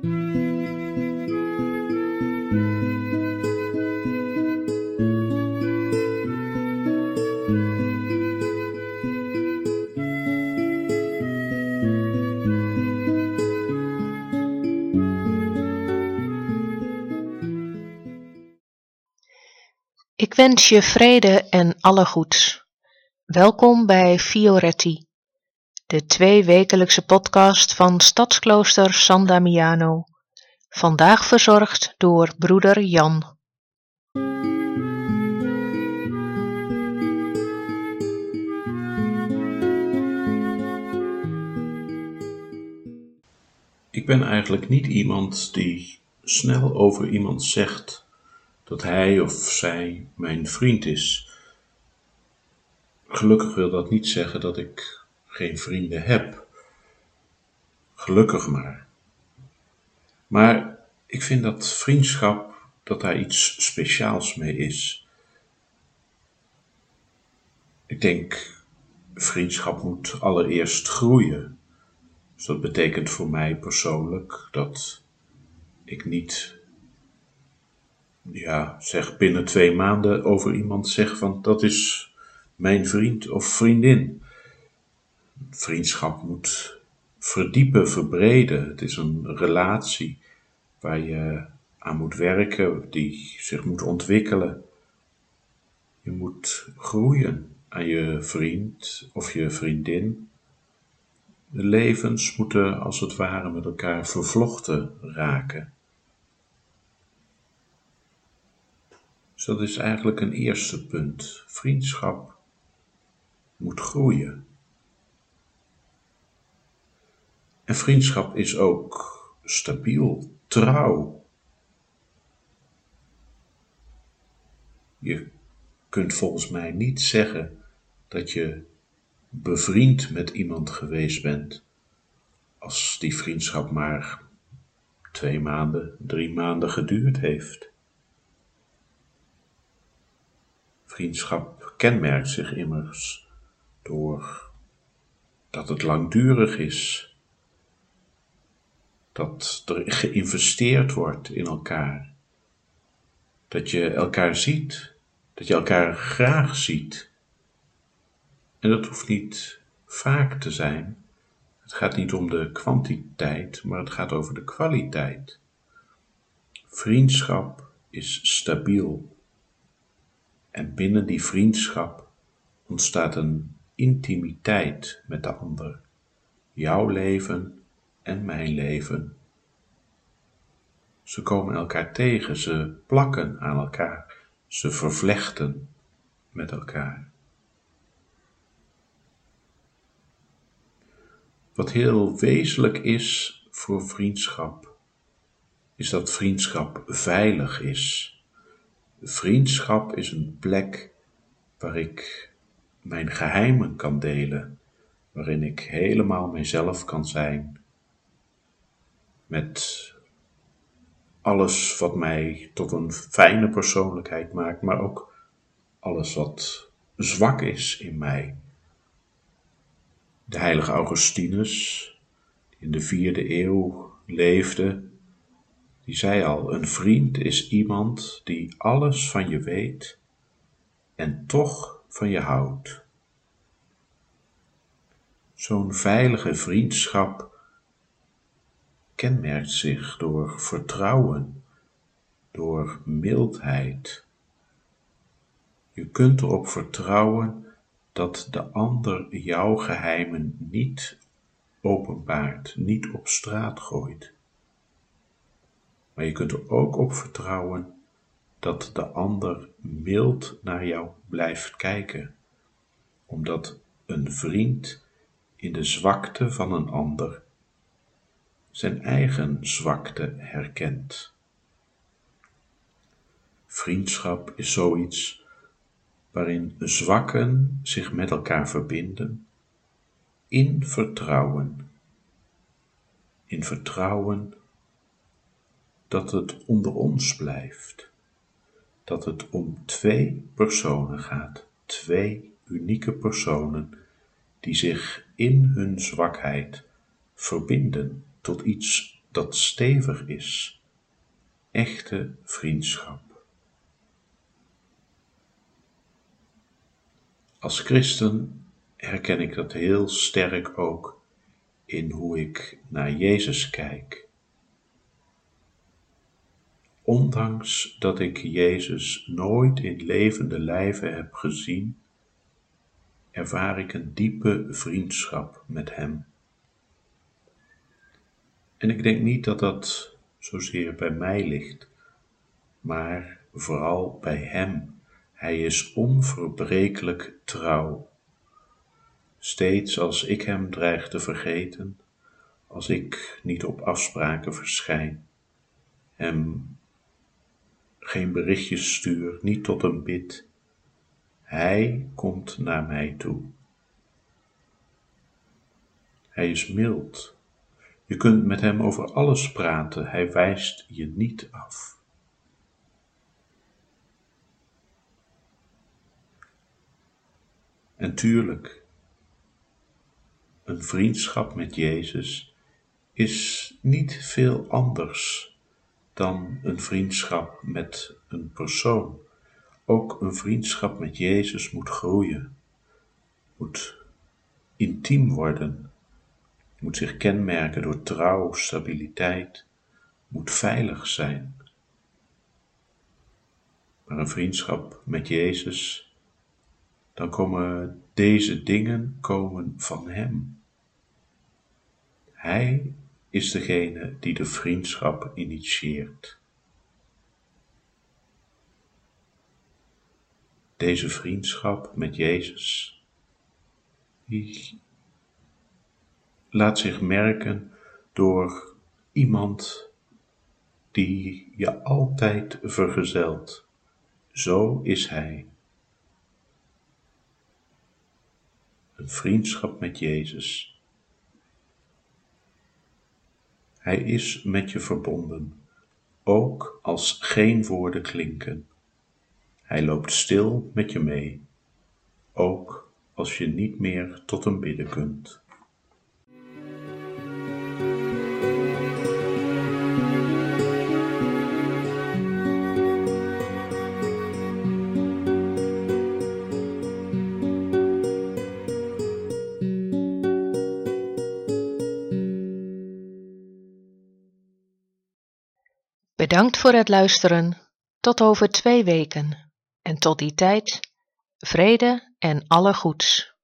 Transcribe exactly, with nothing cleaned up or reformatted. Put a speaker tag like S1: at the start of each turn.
S1: Ik wens je vrede en alle goeds. Welkom bij Fioretti, de tweewekelijkse podcast van Stadsklooster San Damiano. Vandaag verzorgd door broeder Jan.
S2: Ik ben eigenlijk niet iemand die snel over iemand zegt dat hij of zij mijn vriend is. Gelukkig wil dat niet zeggen dat ik geen vrienden heb. Gelukkig maar. Maar ik vind dat vriendschap, dat daar iets speciaals mee is. Ik denk, vriendschap moet allereerst groeien. Dus dat betekent voor mij persoonlijk dat ik niet, ja, zeg binnen twee maanden over iemand zeg van dat is mijn vriend of vriendin. Vriendschap moet verdiepen, verbreden. Het is een relatie waar je aan moet werken, die zich moet ontwikkelen. Je moet groeien aan je vriend of je vriendin. De levens moeten als het ware met elkaar vervlochten raken. Dus dat is eigenlijk een eerste punt. Vriendschap moet groeien. En vriendschap is ook stabiel, trouw. Je kunt volgens mij niet zeggen dat je bevriend met iemand geweest bent als die vriendschap maar twee maanden, drie maanden geduurd heeft. Vriendschap kenmerkt zich immers door dat het langdurig is, dat er geïnvesteerd wordt in elkaar, dat je elkaar ziet, dat je elkaar graag ziet. En dat hoeft niet vaak te zijn. Het gaat niet om de kwantiteit, maar het gaat over de kwaliteit. Vriendschap is stabiel. En binnen die vriendschap ontstaat een intimiteit met de ander. Jouw leven en mijn leven. Ze komen elkaar tegen, ze plakken aan elkaar, ze vervlechten met elkaar. Wat heel wezenlijk is voor vriendschap, is dat vriendschap veilig is. Vriendschap is een plek waar ik mijn geheimen kan delen, waarin ik helemaal mijzelf kan zijn, met alles wat mij tot een fijne persoonlijkheid maakt, maar ook alles wat zwak is in mij. De heilige Augustinus, die in de vierde eeuw leefde, die zei al, een vriend is iemand die alles van je weet en toch van je houdt. Zo'n veilige vriendschap kenmerkt zich door vertrouwen, door mildheid. Je kunt erop vertrouwen dat de ander jouw geheimen niet openbaart, niet op straat gooit. Maar je kunt er ook op vertrouwen dat de ander mild naar jou blijft kijken, omdat een vriend in de zwakte van een ander zijn eigen zwakte herkent. Vriendschap is zoiets waarin zwakken zich met elkaar verbinden in vertrouwen. In vertrouwen dat het onder ons blijft. Dat het om twee personen gaat, twee unieke personen die zich in hun zwakheid verbinden tot iets dat stevig is. Echte vriendschap. Als christen herken ik dat heel sterk ook in hoe ik naar Jezus kijk. Ondanks dat ik Jezus nooit in levende lijve heb gezien, ervaar ik een diepe vriendschap met Hem. En ik denk niet dat dat zozeer bij mij ligt, maar vooral bij Hem. Hij is onverbrekelijk trouw. Steeds als ik Hem dreig te vergeten, als ik niet op afspraken verschijn, Hem geen berichtjes stuur, niet tot een bid, Hij komt naar mij toe. Hij is mild. Je kunt met Hem over alles praten, Hij wijst je niet af. En tuurlijk, een vriendschap met Jezus is niet veel anders dan een vriendschap met een persoon. Ook een vriendschap met Jezus moet groeien, moet intiem worden, moet zich kenmerken door trouw, stabiliteit, moet veilig zijn. Maar een vriendschap met Jezus, dan komen deze dingen komen van Hem. Hij is degene die de vriendschap initieert. Deze vriendschap met Jezus, die laat zich merken door iemand die je altijd vergezelt. Zo is Hij. Een vriendschap met Jezus. Hij is met je verbonden, ook als geen woorden klinken. Hij loopt stil met je mee, ook als je niet meer tot hem bidden kunt.
S1: Bedankt voor het luisteren. Tot over twee weken. En tot die tijd, vrede en alle goeds.